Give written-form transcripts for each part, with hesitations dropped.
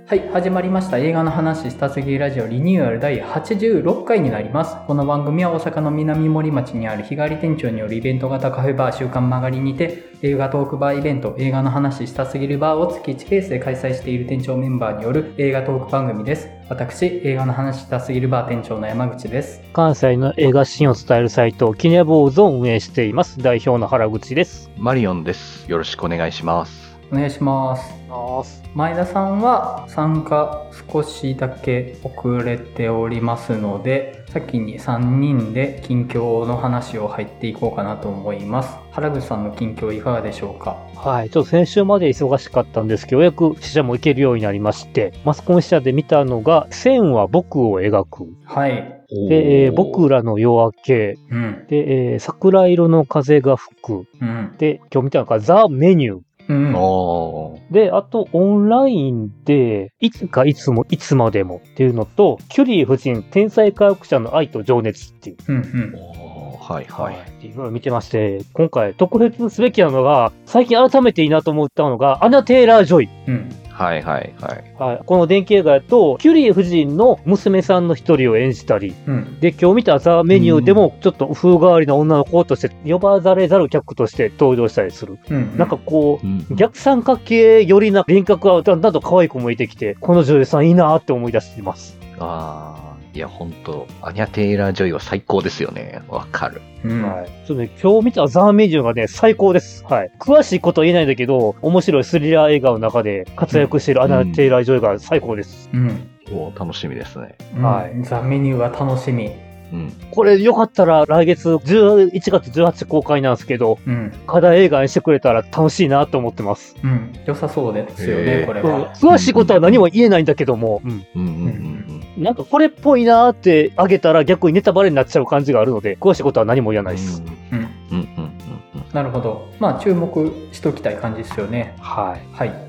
はい、始まりました。映画の話したすぎラジオリニューアル第86回になります。この番組は大阪の南森町にある日帰り店長によるイベント型カフェバー週刊曲がりにて、映画トークバーイベント映画の話したすぎるバーを月1ペースで開催している店長メンバーによる映画トーク番組です。私、映画の話したすぎるバー店長の山口です。 関西の映画シーンを伝えるサイトキネボーズを運営しています代表の原口です。 マリオンです。よろしくお願いします。 お願いします。前田さんは参加少しだけ遅れておりますので、先に3人で近況の話を入っていこうかなと思います。原口さんの近況いかがでしょうか？ はい、ちょっと先週まで忙しかったんですけど、ようやく試写も行けるようになりまして、マスコン試写で見たのが線は僕を描く。 はい。 で、僕らの夜明け。 うん。 で、桜色の風が吹く。 うん。 で、今日見たのがザ・メニュー。 うん、 で、あと、オンラインで、いつかいつもいつまでもっていうのと、キュリー夫人天才科学者の愛と情熱っていう。 はいはい。 っていうのを見てまして、今回特別すべきなのが、最近改めていいなと思ったのが、アナ・テイラー・ジョイ。 はいはいはい。 はい、この電気映画だと、キュリー夫人の娘さんの一人を演じたり、で、今日見たザ・メニューでも、ちょっと風変わりな女の子として、呼ばざれざる客として登場したりする。なんかこう、逆三角形よりな輪郭がだんだんと可愛く向いてきて、この女優さんいいなって思い出しています。 いや、ほんと、アニャ・テイラー・ジョイは最高ですよね。わかる。 はい。ちょっとね、今日見たザ・メニューがね、最高です。はい。詳しいことは言えないんだけど、面白いスリラー映画の中で活躍しているアニャ・テイラー・ジョイが最高です。 楽しみですね。 はい。ザ・メニューは楽しみ。 これよかったら来月11月18公開なんですけど、課題映画にしてくれたら楽しいなと思ってます。 良さそうですよね、これは。 詳しいことは何も言えないんだけども、なんかこれっぽいなーってあげたら逆にネタバレになっちゃう感じがあるので、詳しいことは何も言わないです。 なるほど。まあ注目しときたい感じですよね。 はい。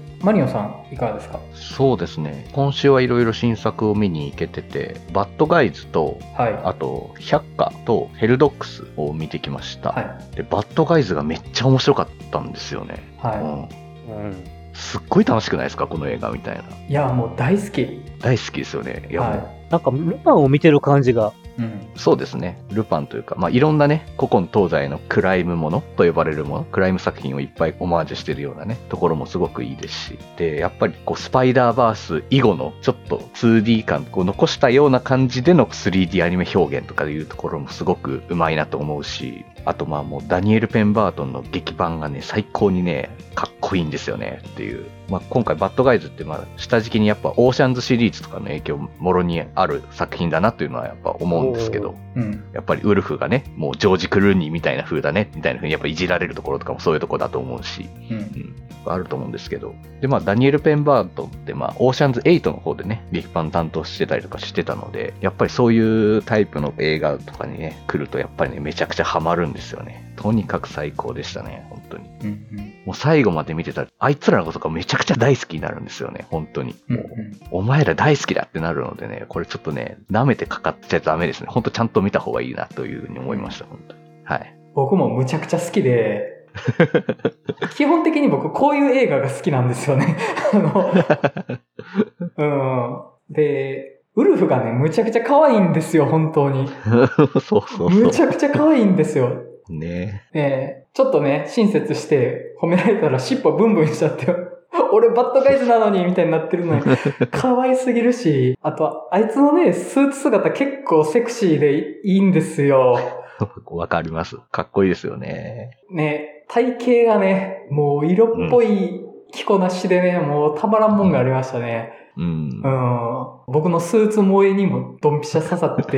マリオさんいかがですか？ そうですね、今週はいろいろ新作を見に行けてて、バッドガイズと、あと百花とヘルドックスを見てきました。でバッドガイズがめっちゃ面白かったんですよね。すっごい楽しくないですかこの映画みたいな。 いやもう大好きですよね。いやもう、 なんかルパンを見てる感じが。 そうですね。ルパンというか、いろんなね、古今東西のクライムものと呼ばれるもの、クライム作品をいっぱいオマージュしてるようなね、ところもすごくいいですし、で、やっぱりこう、スパイダーバース以後のちょっと 2D 感を残したような感じでの 3D アニメ表現とかいうところもすごくうまいなと思うし、あともうダニエル・ペンバートンの劇版がね、最高にね、かっこいいんですよねっていう。今回バッドガイズって下敷きにやっぱオーシャンズシリーズとかの影響もろにある作品だなっていうのはやっぱ思うんですけど、やっぱりウルフがね、もうジョージ・クルーニーみたいな風だねみたいな風にやっぱいじられるところとかもそういうところだと思うし、あると思うんですけど、でダニエル・ペンバートンってオーシャンズ8の方でね、劇版担当してたりとかしてたので、やっぱりそういうタイプの映画とかにね、来るとやっぱりね、めちゃくちゃハマるんですよね。とにかく最高でしたね、本当に。もう最後まで見てたら、あいつらのことがめちゃくちゃ大好きになるんですよね、本当に。お前ら大好きだってなるのでね、これちょっとね、舐めてかかっちゃダメですね。本当ちゃんと見た方がいいなというふうに思いました、本当に。はい。 僕もむちゃくちゃ好きで、基本的に僕こういう映画が好きなんですよね。で、ウルフがね、むちゃくちゃ可愛いんですよ、本当に。 そう。 むちゃくちゃ可愛いんですよ。 ちょっとね、親切して褒められたら尻尾ブンブンしちゃって、俺バッドガイズなのにみたいになってるのに、可愛すぎるし、あと、あいつのね、スーツ姿結構セクシーでいいんですよ。 わかります。かっこいいですよね。 ね、体型がね、もう色っぽい着こなしでね、もうたまらんもんがありましたね。僕のスーツ萌えにもドンピシャ刺さって、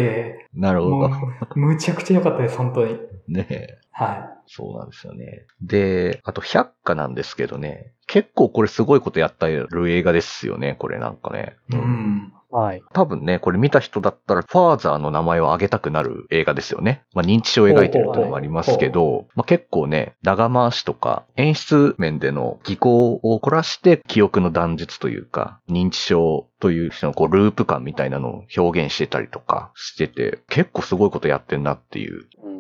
なるほど。 むちゃくちゃ良かったです、本当に。 ね。 はい。 そうなんですよね。で、あと百花なんですけどね、結構これすごいことやったる映画ですよね、これなんかね。 はい。 多分ね、これ見た人だったら、ファーザーの名前を挙げたくなる映画ですよね。認知症を描いてることもありますけど、結構ね、長回しとか、演出面での技巧を凝らして、記憶の断絶というか、認知症という人のループ感みたいなのを表現してたりとかしてて、結構すごいことやってんなっていう。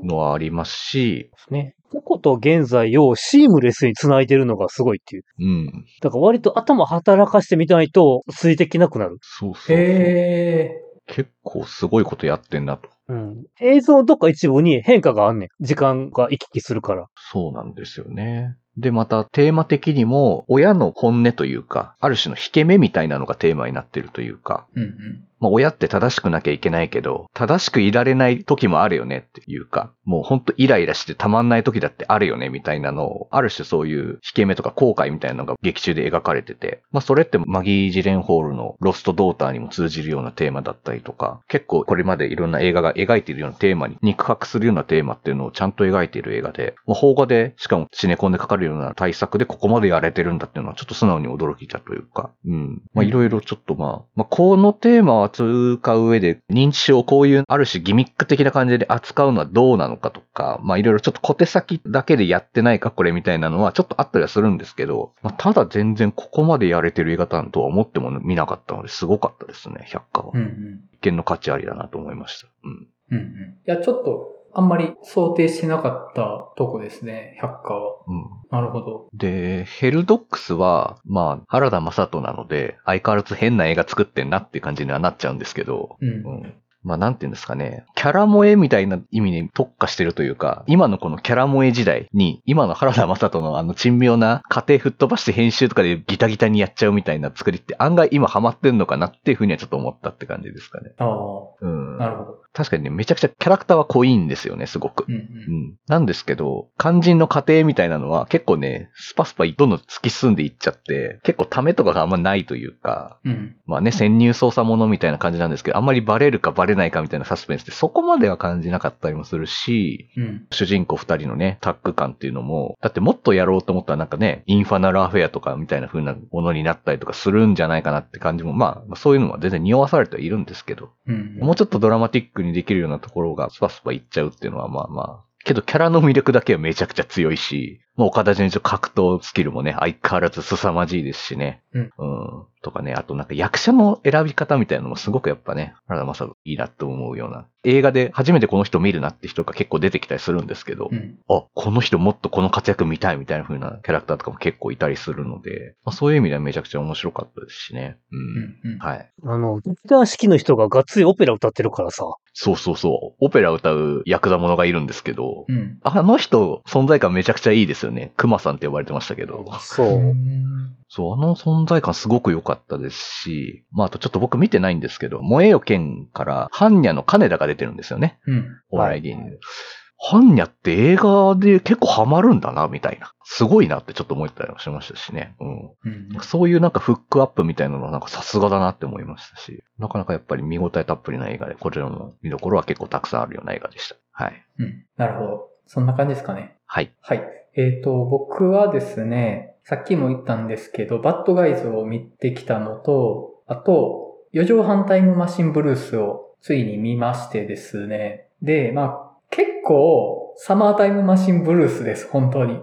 のはありますし、 ね。過去と現在をシームレスに繋いでるのがすごいっていう。 うん。 だから割と頭働かしてみないとついてきなくなる。 そうそうそう。 へー。 結構すごいことやってんなと。 うん。映像のどっか一部に変化があんねん。時間が行き来するから。 そうなんですよね。で、またテーマ的にも、親の本音というか、ある種の引け目みたいなのがテーマになってるというか、 うんうん。 まあ親って正しくなきゃいけないけど、正しくいられない時もあるよねっていうか、もうほんとイライラしてたまんない時だってあるよねみたいなのを、ある種そういう引け目とか後悔みたいなのが劇中で描かれてて、まあそれってマギー・ジレンホールのロスト・ドーターにも通じるようなテーマだったりとか、結構これまでいろんな映画が描いているようなテーマに肉薄するようなテーマっていうのをちゃんと描いている映画で、まあ邦画でしかもシネコンでかかるような対策でここまでやれてるんだっていうのはちょっと素直に驚いたというか、まあいろいろちょっとまあこのテーマは扱う上で認知症をこういうある種ギミック的な感じで扱うのはどうなのかとか、まあいろいろちょっと小手先だけでやってないかこれみたいなのはちょっとあったりはするんですけど、まあただ全然ここまでやれてる映画だとは思っても見なかったのですごかったですね、百花は。一見の価値ありだなと思いました。 いや、ちょっとあんまり想定してなかったとこですね、百花は。なるほど。 で、ヘルドックスは、まあ、原田雅人なので、相変わらず変な映画作ってんなっていう感じにはなっちゃうんですけど、まあなんていうんですかね、キャラ萌えみたいな意味に特化してるというか、今のこのキャラ萌え時代に、今の原田雅人の珍妙な家庭吹っ飛ばして編集とかでギタギタにやっちゃうみたいな作りって案外今ハマってんのかなっていうふうにはちょっと思ったって感じですかね。 ああ。なるほど。 確かにね、めちゃくちゃキャラクターは濃いんですよね、すごく。なんですけど、肝心の過程みたいなのは結構ね、スパスパどんどん突き進んでいっちゃって、結構ためとかがあんまないというか、まあね、潜入捜査ものみたいな感じなんですけど、あんまりバレるかバレないかみたいなサスペンスってそこまでは感じなかったりもするし、主人公二人のね、タッグ感っていうのも、だってもっとやろうと思ったらなんかね、インファナルアフェアとかみたいな風なものになったりとかするんじゃないかなって感じも、まあ、そういうのは全然匂わされてはいるんですけど、もうちょっとドラマティックにできるようなところがスパスパいっちゃうっていうのはまあまあ、けどキャラの魅力だけはめちゃくちゃ強いし、もう岡田准一の格闘スキルもね、相変わらず凄まじいですしね。とかね、あとなんか役者の選び方みたいなのもすごくやっぱね、原田雅人いいなと思うような。映画で初めてこの人見るなって人が結構出てきたりするんですけど、あ、この人もっとこの活躍見たいみたいな風なキャラクターとかも結構いたりするので、まあ、そういう意味ではめちゃくちゃ面白かったですしね。はい。 ギター式の人ががっつりオペラ歌ってるからさ。 そうそうそう。オペラ歌うヤクザ者がいるんですけど、あの人存在感めちゃくちゃいいですよね。熊さんって呼ばれてましたけど。 そう。 そう、あの存在感すごく良かったですし、まああとちょっと僕見てないんですけど、燃えよ剣から般若の金田が出てるんですよね。お笑い芸人で。般若って映画で結構ハマるんだな、みたいな。すごいなってちょっと思ったりもしましたしね。そういうなんかフックアップみたいなのはなんかさすがだなって思いましたし、なかなかやっぱり見応えたっぷりな映画で、こちらの見どころは結構たくさんあるような映画でした。はい。 なるほど。そんな感じですかね。 はい。 はい。僕はですね、さっきも言ったんですけど、バッドガイズを見てきたのと、あと、4畳半タイムマシンブルースをついに見ましてですね。で、まあ、結構、サマータイムマシンブルースです、本当に。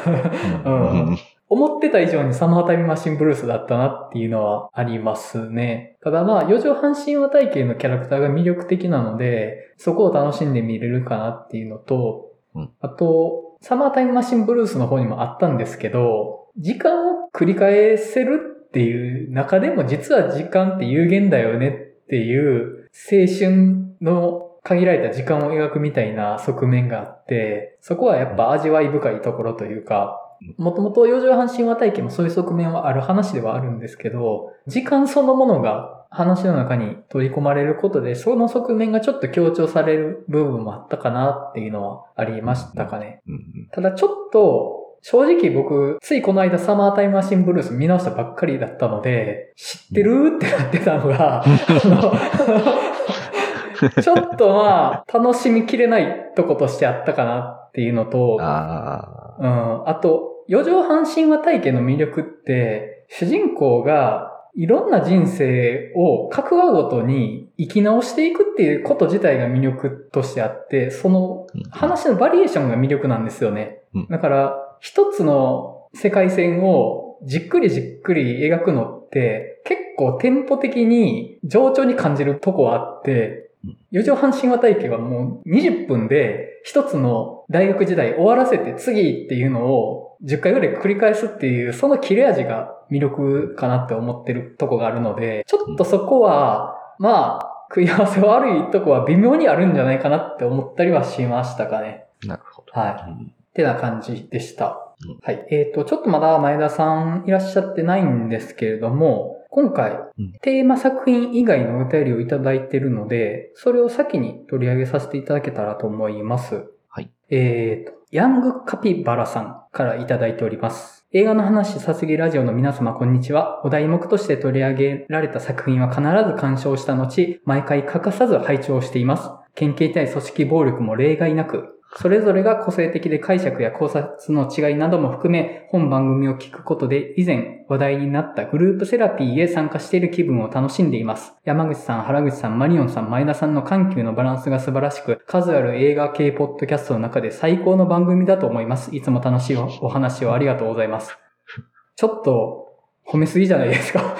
思ってた以上にサマータイムマシンブルースだったなっていうのはありますね。ただまあ、4畳半神話体系のキャラクターが魅力的なので、そこを楽しんで見れるかなっていうのと、あと、サマータイムマシンブルースの方にもあったんですけど、時間を繰り返せるっていう中でも実は時間って有限だよねっていう青春の限られた時間を描くみたいな側面があって、そこはやっぱ味わい深いところというか、もともと4畳半神話体系もそういう側面はある話ではあるんですけど、時間そのものが話の中に取り込まれることで、その側面がちょっと強調される部分もあったかなっていうのはありましたかね。ただちょっと、正直僕、ついこの間サマータイムマシンブルース見直したばっかりだったので、知ってるってなってたのが、ちょっとまあ、楽しみきれないとことしてあったかなっていうのと、あと、4畳半神話体系の魅力って、主人公がいろんな人生を各話ごとに生き直していくっていうこと自体が魅力としてあって、その話のバリエーションが魅力なんですよね。だから、一つの世界線をじっくりじっくり描くのって、結構テンポ的に冗長に感じるとこあって、 四畳半神話体系はもう20分で一つの大学時代終わらせて次っていうのを10回ぐらい繰り返すっていう、その切れ味が魅力かなって思ってるとこがあるので、ちょっとそこは、まあ、食い合わせ悪いとこは微妙にあるんじゃないかなって思ったりはしましたかね。 なるほど。 はい。ってな感じでした。はい。ちょっとまだ前田さんいらっしゃってないんですけれども、今回、テーマ作品以外のお便りをいただいているので、それを先に取り上げさせていただけたらと思います。 はい。 ヤングカピバラさんからいただいております。映画の話さすぎラジオの皆様こんにちは。お題目として取り上げられた作品は必ず鑑賞した後、毎回欠かさず拝聴しています。県警対組織暴力も例外なく、それぞれが個性的で解釈や考察の違いなども含め、本番組を聞くことで以前話題になったグループセラピーへ参加している気分を楽しんでいます。山口さん、原口さん、マリオンさん、前田さんの緩急のバランスが素晴らしく、数ある映画系ポッドキャストの中で最高の番組だと思います。いつも楽しいお話をありがとうございます。ちょっと褒めすぎじゃないですか。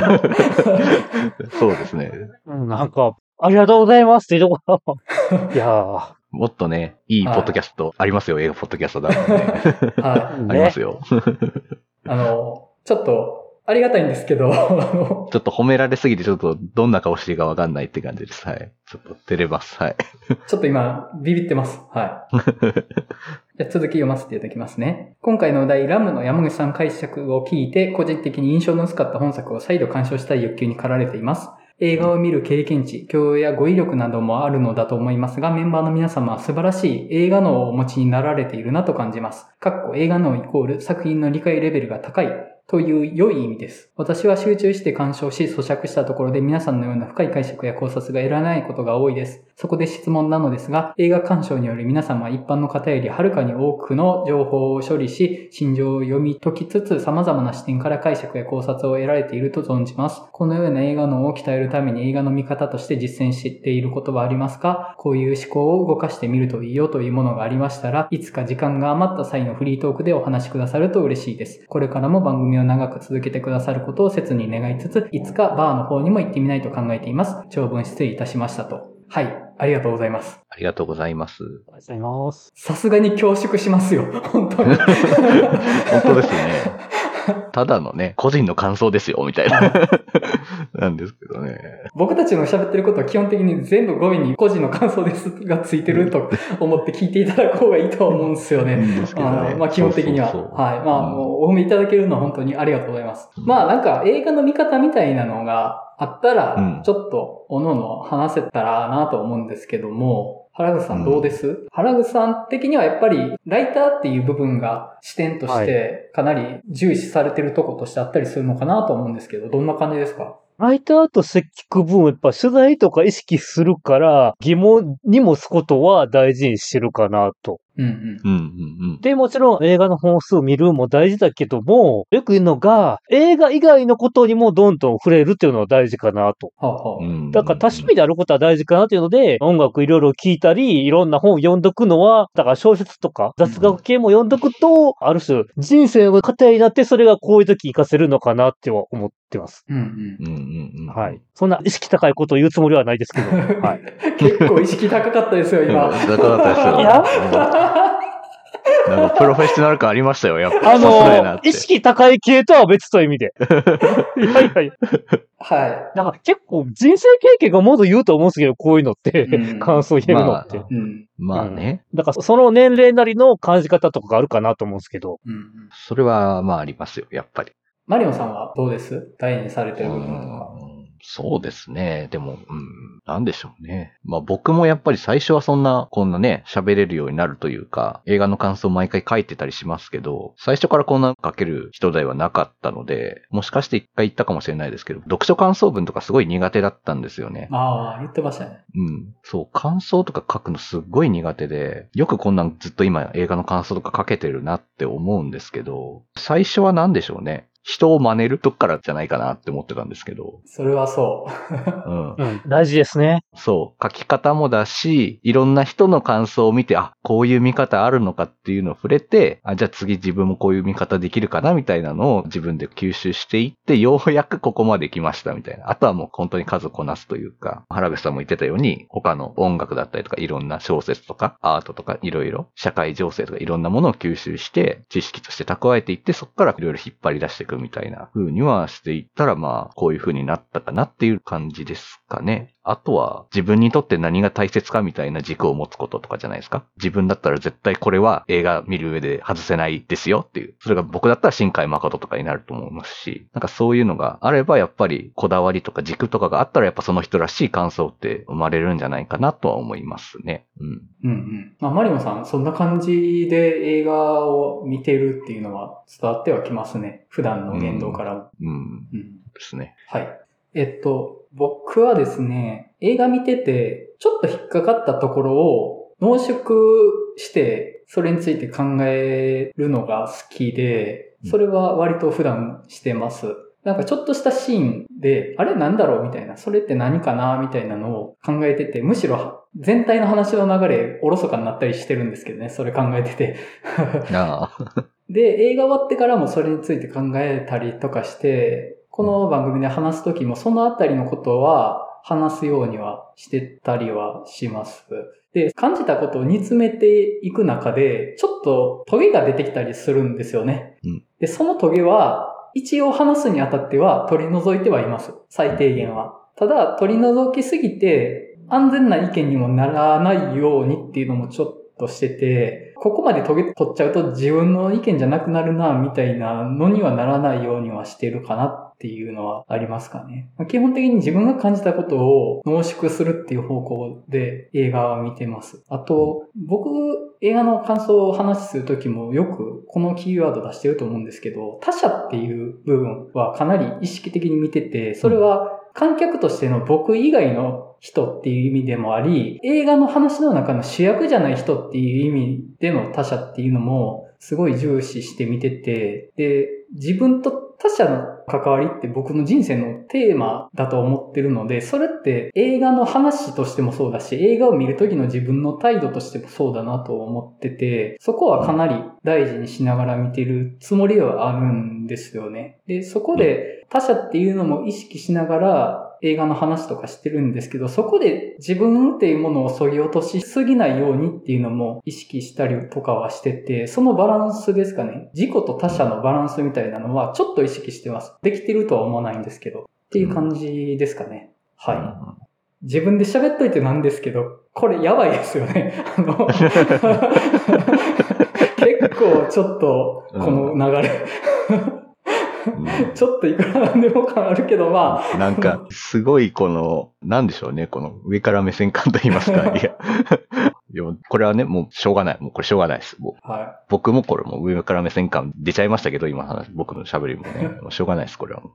そうですね。 なんか、ありがとうございますっていうところ。いやー。 もっとね、いいポッドキャストありますよ、映画ポッドキャストだからね。 はい。 ありますよ。 ちょっと、ありがたいんですけど、 ちょっと褒められすぎて、ちょっとどんな顔していいかわかんないって感じです。はい。ちょっと照れます。はい。 ちょっと今、ビビってます。はい。じゃあ続き読ませていただきますね。今回のお題、ラムの山口さん解釈を聞いて、個人的に印象の薄かった本作を再度鑑賞したい欲求に駆られています。映画を見る経験値、教養や語彙力などもあるのだと思いますが、メンバーの皆様は素晴らしい映画脳をお持ちになられているなと感じます。映画脳イコール作品の理解レベルが高いという良い意味です。私は集中して鑑賞し咀嚼したところで皆さんのような深い解釈や考察が得られないことが多いです。そこで質問なのですが、映画鑑賞により皆様は一般の方よりはるかに多くの情報を処理し、心情を読み解きつつ様々な視点から解釈や考察を得られていると存じます。このような映画脳を鍛えるために映画の見方として実践していることはありますか？こういう思考を動かしてみるといいよというものがありましたら、いつか時間が余った際のフリートークでお話しくださると嬉しいです。これからも番組を長く続けてくださることを切に願いつつ、いつかバーの方にも行ってみないと考えています。長文失礼いたしましたと。はい、ありがとうございます。 ありがとうございます。 ありがとうございます。 さすがに恐縮しますよ。本当に。 本当ですね。ただのね、個人の感想ですよ、みたいな。なんですけどね。 僕たちの喋ってることは基本的に全部語尾に個人の感想ですがついてると思って聞いていただく方がいいと思うんですよね。まあ基本的には。はい。まあ、もうお褒めいただけるのは本当にありがとうございます。まあなんか映画の見方みたいなのがあったら、ちょっとおのおの話せたらなと思うんですけども、原口さんどうです？原口さん的にはやっぱりライターっていう部分が視点としてかなり重視されてるとことしてあったりするのかなと思うんですけど、どんな感じですか？ ライターとして聞く分、やっぱ取材とか意識するから、疑問に持つことは大事にしてるかなと。で、もちろん映画の本数見るも大事だけども、よく言うのが、映画以外のことにもどんどん触れるっていうのは大事かなと。だから多趣味であることは大事かなっていうので、音楽いろいろ聞いたり、いろんな本を読んどくのは、だから小説とか雑学系も読んどくと、ある種人生の糧になってそれがこういう時活かせるのかなっては思ってます。はい。そんな意識高いことを言うつもりはないですけど。はい。 結構意識高かったですよ、今。 高かったですよ。いやなんかプロフェッショナル感ありましたよ、やっぱ。 意識高い系とは別という意味で。いやいやいや。 はい。 だから結構人生経験がもっと言うと思うんですけど、こういうのって、感想言えるのって。 まあね。 だからその年齢なりの感じ方とかがあるかなと思うんですけど。 それはまあありますよ、やっぱり。 マリオンさんはどうです？大事にされてる部分とか。 そうですね。でも、なんでしょうね。まあ僕もやっぱり最初はこんなね、喋れるようになるというか、映画の感想を毎回書いてたりしますけど、最初からこんな書ける人ではなかったので、もしかして一回言ったかもしれないですけど、読書感想文とかすごい苦手だったんですよね。 ああ、言ってましたね。 そう、感想とか書くのすっごい苦手で、よくこんなんずっと今映画の感想とか書けてるなって思うんですけど、最初はなんでしょうね。 人を真似るとこからじゃないかなって思ってたんですけど。 それはそう。大事ですね。 そう。書き方もだし、いろんな人の感想を見て、こういう見方あるのかっていうのを触れて、じゃあ次自分もこういう見方できるかなみたいなのを自分で吸収していって、ようやくここまで来ましたみたいな。あとはもう本当に数こなすというか、原口さんも言ってたように、他の音楽だったりとか、いろんな小説とか、アートとか、いろいろ、社会情勢とかいろんなものを吸収して、知識として蓄えていって、そこからいろいろ引っ張り出していくみたいな風にはしていったら、こういう風になったかなっていう感じですかね。あとは、自分にとって何が大切かみたいな軸を持つこととかじゃないですか。自分だったら絶対これは映画見る上で外せないですよっていう。それが僕だったら新海誠とかになると思いますし、なんかそういうのがあればやっぱりこだわりとか軸とかがあったらやっぱその人らしい感想って生まれるんじゃないかなとは思いますね。 マリモさん、そんな感じで映画を見てるっていうのは伝わってはきますね。普段の言動からも。 ですね。 はい。僕はですね、映画見てて、ちょっと引っかかったところを濃縮して、それについて考えるのが好きで、それは割と普段してます。なんかちょっとしたシーンで、あれなんだろうみたいな、それって何かなみたいなのを考えてて、むしろ全体の話の流れ、おろそかになったりしてるんですけどね、それ考えてて。で、映画終わってからもそれについて考えたりとかして、この番組で話すときもそのあたりのことは話すようにはしてたりはします。で、感じたことを煮詰めていく中で、ちょっとトゲが出てきたりするんですよね。で、そのトゲは一応話すにあたっては取り除いてはいます。最低限は。ただ、取り除きすぎて安全な意見にもならないようにっていうのもちょっとしてて、ここまでトゲ取っちゃうと自分の意見じゃなくなるな、みたいなのにはならないようにはしてるかなっていうのはありますかね。基本的に自分が感じたことを濃縮するっていう方向で映画は見てます。あと、僕、映画の感想を話するときもよくこのキーワード出してると思うんですけど、他者っていう部分はかなり意識的に見てて、それは観客としての僕以外の人っていう意味でもあり、映画の話の中の主役じゃない人っていう意味での他者っていうのもすごい重視して見てて、で、自分と他者の関わりって僕の人生のテーマだと思ってるので、それって映画の話としてもそうだし、映画を見るときの自分の態度としてもそうだなと思ってて、そこはかなり大事にしながら見てるつもりではあるんですよね。で、そこで他者っていうのも意識しながら映画の話とかしてるんですけど、そこで自分っていうものを削ぎ落としすぎないようにっていうのも意識したりとかはしてて、そのバランスですかね。自己と他者のバランスみたいなのはちょっと意識してます。できてるとは思わないんですけど。っていう感じですかね。はい。自分で喋っといてなんですけど、これやばいですよね。結構ちょっとこの流れ。ちょっといくらなんでも感あるけど、 なんか、すごいなんでしょうね、この上から目線感と言いますか。いや、これはね、もうしょうがない。もうこれしょうがないです。僕もこれも上から目線感出ちゃいましたけど、今僕の喋りもね、もうしょうがないです、これはも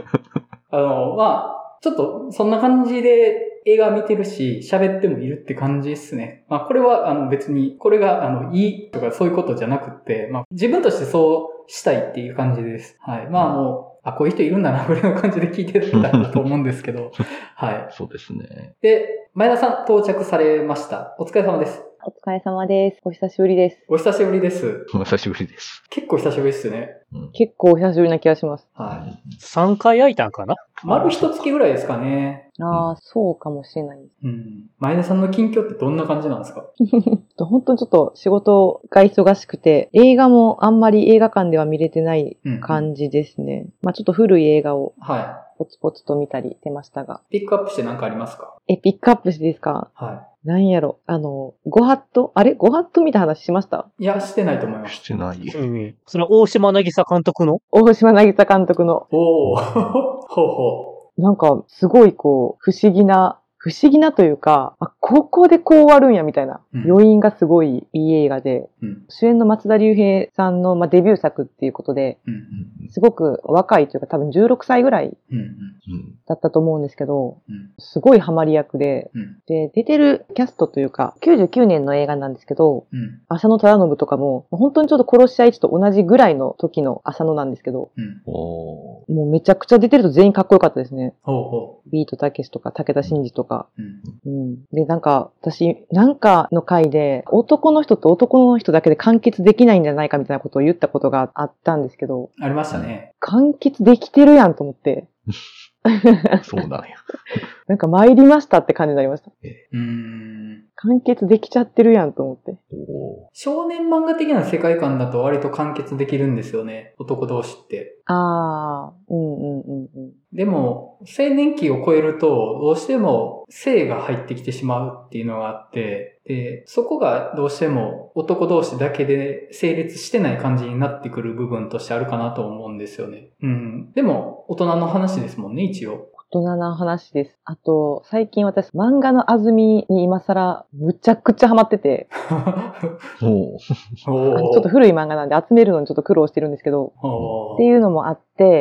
う。 ちょっとそんな感じで映画見てるし、喋ってもいるって感じですね。これは別に、これがいいとかそういうことじゃなくって、自分としてそうしたいっていう感じです。はい。もう、こういう人いるんだな、ぐらいの感じで聞いてたんだと思うんですけど。はい。 そうですね。 で、前田さん到着されました。お疲れ様です。 お疲れ様です。お久しぶりです。 お久しぶりです。 お久しぶりです。 結構久しぶりですね。 結構お久しぶりな気がします。 はい。 3回空いたんかな？ 丸一月ぐらいですかね。 そうかもしれないです。 前田さんの近況ってどんな感じなんですか？ 本当にちょっと仕事が忙しくて、映画もあんまり映画館では見れてない感じですね。ちょっと古い映画を。ポツポツと見たりしてましたが。 ピックアップして何かありますか？ ピックアップしてですか？ はい。 なんやろ。ご法度見た話しました？ いや、してないと思います。 してない。 それは大島渚監督の？ 大島渚監督の。 ほうほう。 なんか、すごい不思議な不思議なというか、ここでこう終わるんやみたいな余韻がすごいいい映画で、主演の松田龍平さんのデビュー作っていうことで、すごく若いというか多分16歳ぐらいだったと思うんですけど、すごいハマり役で、で、出てるキャストというか、99年の映画なんですけど、浅野忠信とかも、本当にちょうど殺し合いと同じぐらいの時の浅野なんですけど、もうめちゃくちゃ出てると全員かっこよかったですね。ビートたけしとか武田真治とか。で、なんか私、なんかの回で男の人と男の人だけで完結できないんじゃないかみたいなことを言ったことがあったんですけど。 ありましたね。 完結できてるやんと思って。 そうなんや。 なんか参りましたって感じになりました。完結できちゃってるやんと思って。 少年漫画的な世界観だと割と完結できるんですよね。男同士って。でも、青年期を超えると、どうしても性が入ってきてしまうっていうのがあって、で、そこがどうしても男同士だけで成立してない感じになってくる部分としてあるかなと思うんですよね。でも、大人の話ですもんね、一応。 大人な話です。あと、最近私、漫画の安住に今更、むちゃくちゃハマってて。ちょっと古い漫画なんで集めるのにちょっと苦労してるんですけど、っていうのもあって、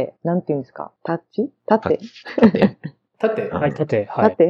なんていうんですか、縦はい、縦。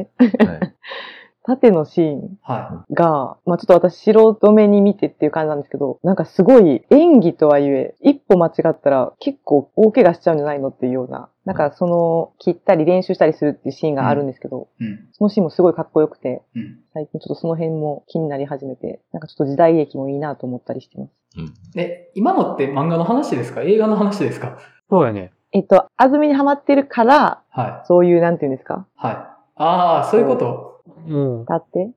縦のシーンが、ちょっと私素人目に見てっていう感じなんですけど、なんかすごい演技とはいえ、一歩間違ったら結構大怪我しちゃうんじゃないのっていうような、なんかその切ったり練習したりするっていうシーンがあるんですけど、そのシーンもすごいかっこよくて、最近ちょっとその辺も気になり始めて、なんかちょっと時代劇もいいなと思ったりしてます。 今のって漫画の話ですか？映画の話ですか？ そうやね。 安住にハマってるから、そういう、なんていうんですか？ そういうこと。 だって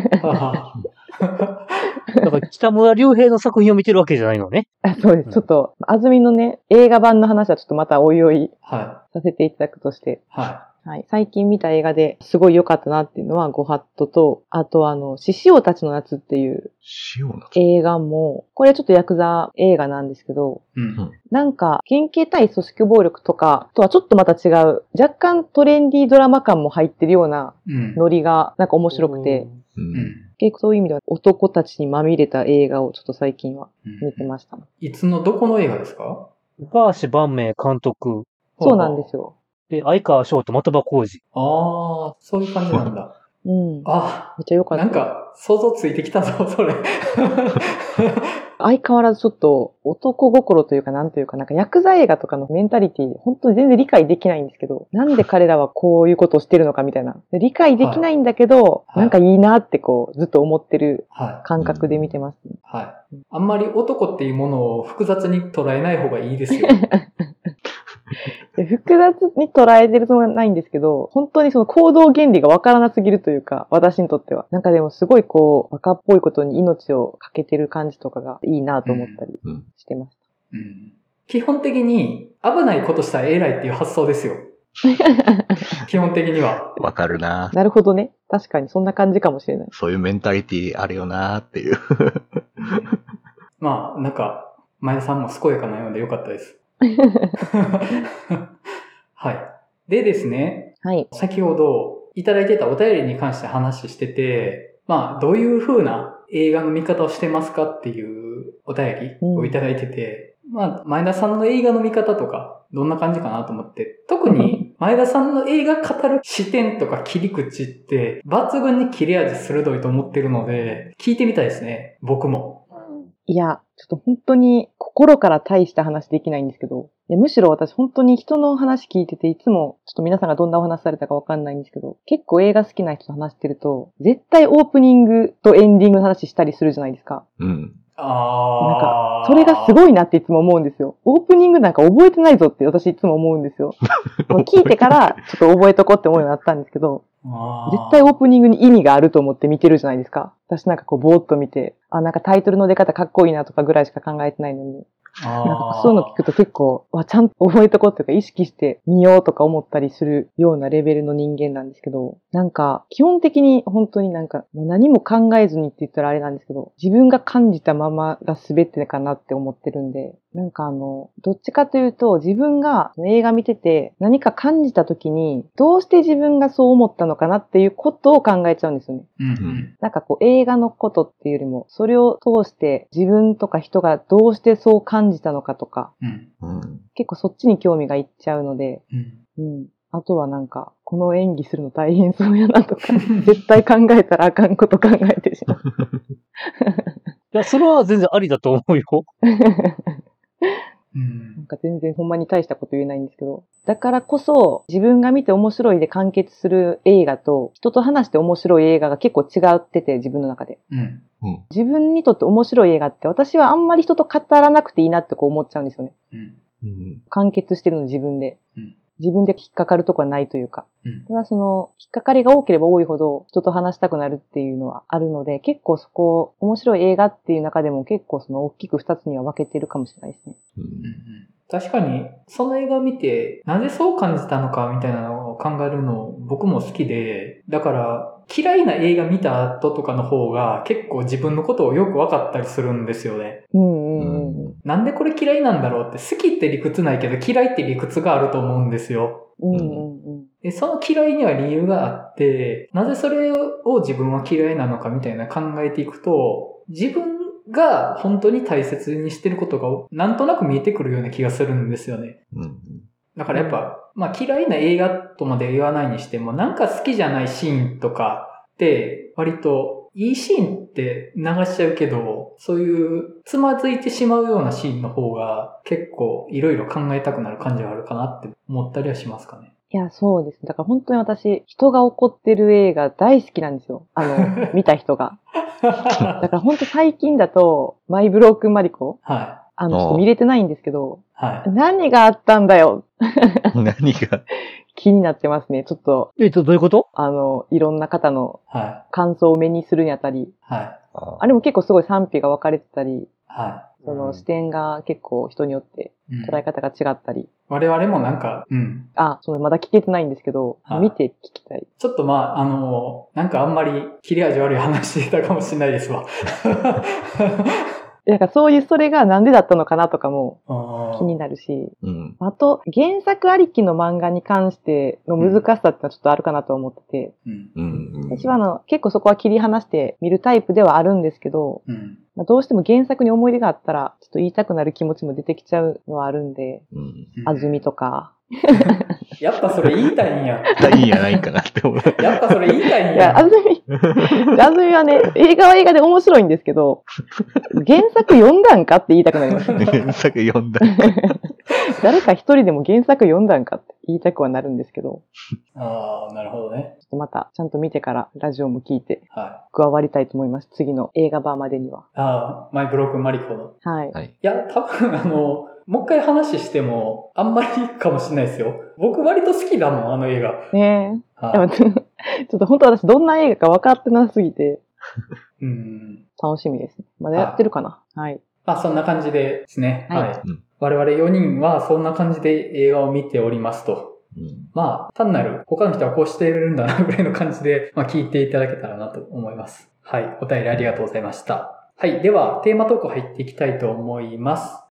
だから北村隆平の作品を見てるわけじゃないのね。 そうです。ちょっと、安住のね、映画版の話はちょっとまたおいおいさせていただくとして。最近見た映画ですごい良かったなっていうのは、ご法度と、あと獅子王たちの夏っていう映画も、これちょっとヤクザ映画なんですけど、なんか、県警対組織暴力とかとはちょっとまた違う、若干トレンディードラマ感も入ってるようなノリがなんか面白くて、結構そういう意味では男たちにまみれた映画をちょっと最近は見てました。 いつのどこの映画ですか？ 高橋万明監督。 そうなんですよ。 で、相川翔と的場浩二。 そういう感じなんだ。 めっちゃ良かった。 なんか、想像ついてきたぞ、それ。 相変わらずちょっと男心というかなんというか、なんかヤクザ映画とかのメンタリティ、本当に全然理解できないんですけど、なんで彼らはこういうことをしてるのかみたいな。理解できないんだけど、なんかいいなってこう、ずっと思ってる感覚で見てますね。 あんまり男っていうものを複雑に捉えない方がいいですよ。 複雑に捉えてるつもりはないんですけど、本当にその行動原理がわからなすぎるというか、私にとっては。なんかでもすごいこう、若っぽいことに命をかけてる感じとかがいいなと思ったりしてました。 基本的に危ないことしたら偉いっていう発想ですよ。基本的には。 わかるな。 なるほどね。確かにそんな感じかもしれない。 そういうメンタリティあるよなっていう。 なんか、前田さんも健やかなようでよかったです。でですね。先ほどいただいてたお便りに関して話してて、どういう風な映画の見方をしてますかっていうお便りをいただいてて、前田さんの映画の見方とか、どんな感じかなと思って、特に前田さんの映画語る視点とか切り口って、抜群に切れ味鋭いと思ってるので、聞いてみたいですね、僕も。 いや、ちょっと本当に心から大した話できないんですけど、むしろ私本当に人の話聞いてて、いつもちょっと皆さんがどんなお話されたかわかんないんですけど、結構映画好きな人と話してると、絶対オープニングとエンディングの話したりするじゃないですか。なんか、それがすごいなっていつも思うんですよ。オープニングなんか覚えてないぞって私いつも思うんですよ。聞いてからちょっと覚えとこうって思うようになったんですけど、絶対オープニングに意味があると思って見てるじゃないですか。私なんかこうぼーっと見て、なんかタイトルの出方かっこいいなとかぐらいしか考えてないのに。なんかそういうの聞くと結構、ちゃんと覚えとこうっていうか意識して見ようとか思ったりするようなレベルの人間なんですけど、なんか基本的に本当になんか何も考えずにって言ったらあれなんですけど、自分が感じたままが全てかなって思ってるんで、 なんかどっちかというと、自分が映画見てて何か感じた時に、どうして自分がそう思ったのかなっていうことを考えちゃうんですよね。 うんうん、 なんかこう映画のことっていうよりも、それを通して自分とか人がどうしてそう感じたのかとか、結構そっちに興味がいっちゃうので、あとはなんか、この演技するの大変そうやなとか、絶対考えたらあかんこと考えてしまう。 いや、それは全然ありだと思うよ。 なんか全然ほんまに大したこと言えないんですけど。だからこそ、自分が見て面白いで完結する映画と、人と話して面白い映画が結構違ってて、自分の中で。自分にとって面白い映画って、私はあんまり人と語らなくていいなってこう思っちゃうんですよね。完結してるの自分で。自分で引っかかるとこはないというか。ただその、引っかかりが多ければ多いほど人と話したくなるっていうのはあるので、結構そこ、面白い映画っていう中でも結構その大きく二つには分けてるかもしれないですね。 確かに、その映画を見て、なぜそう感じたのかみたいなのを考えるの僕も好きで、だから嫌いな映画見た後とかの方が結構自分のことをよく分かったりするんですよね。なんでこれ嫌いなんだろうって、好きって理屈ないけど嫌いって理屈があると思うんですよ。でその嫌いには理由があって、なぜそれを自分は嫌いなのかみたいな考えていくと、自分が本当に大切にしてることがなんとなく見えてくるような気がするんですよね。だからやっぱ、まあ嫌いな映画とまで言わないにしても、なんか好きじゃないシーンとかって割といいシーンって流しちゃうけど、そういうつまずいてしまうようなシーンの方が結構いろいろ考えたくなる感じはあるかなって思ったりはしますかね。 いや、そうです。だから本当に私、人が怒ってる映画大好きなんですよ。見た人が。だから本当最近だと、マイブロークンマリコ。ちょっと見れてないんですけど、何があったんだよ。 何が気になってますね。ちょっと。 どういうこと？ いろんな方の感想を目にするにあたり。あれも結構すごい賛否が分かれてたり。その視点が結構人によって捉え方が違ったり。 我々もなんか、 まだ聞けてないんだけど、見て聞きたい。 ちょっとなんかあんまり切れ味悪い話してたかもしれないですわ。 なんかそういうそれがなんでだったのかなとかも気になるし、あと原作ありきの漫画に関しての難しさってのはちょっとあるかなと思ってて、私は結構そこは切り離して見るタイプではあるんですけど、どうしても原作に思い入れがあったらちょっと言いたくなる気持ちも出てきちゃうのはあるんで、安住とか。 やっぱそれ言いたいんや。 いいんやないかなって思う。 やっぱそれ言いたいんや。 いや、安住はね、映画は映画で面白いんですけど、原作読んだんかって言いたくなります。 原作読んだんか。 誰か一人でも原作読んだんかって言いたくはなるんですけど。 なるほどね。 ちょっとまたちゃんと見てからラジオも聞いて、加わりたいと思います。次の映画版までには。 マイブロークンマリコの。 いや、多分もう一回話しても、あんまりいいかもしれないですよ。僕割と好きだもん、あの映画。 ねえ。でもちょっと本当私どんな映画か分かってなすぎて。楽しみですね。まだやってるかな。 そんな感じですね。我々4人はそんな感じで映画を見ておりますと。単なる他の人はこうしてるんだなぐらいの感じで、聞いていただけたらなと思います。お便りありがとうございました。ではテーマトーク入っていきたいと思います。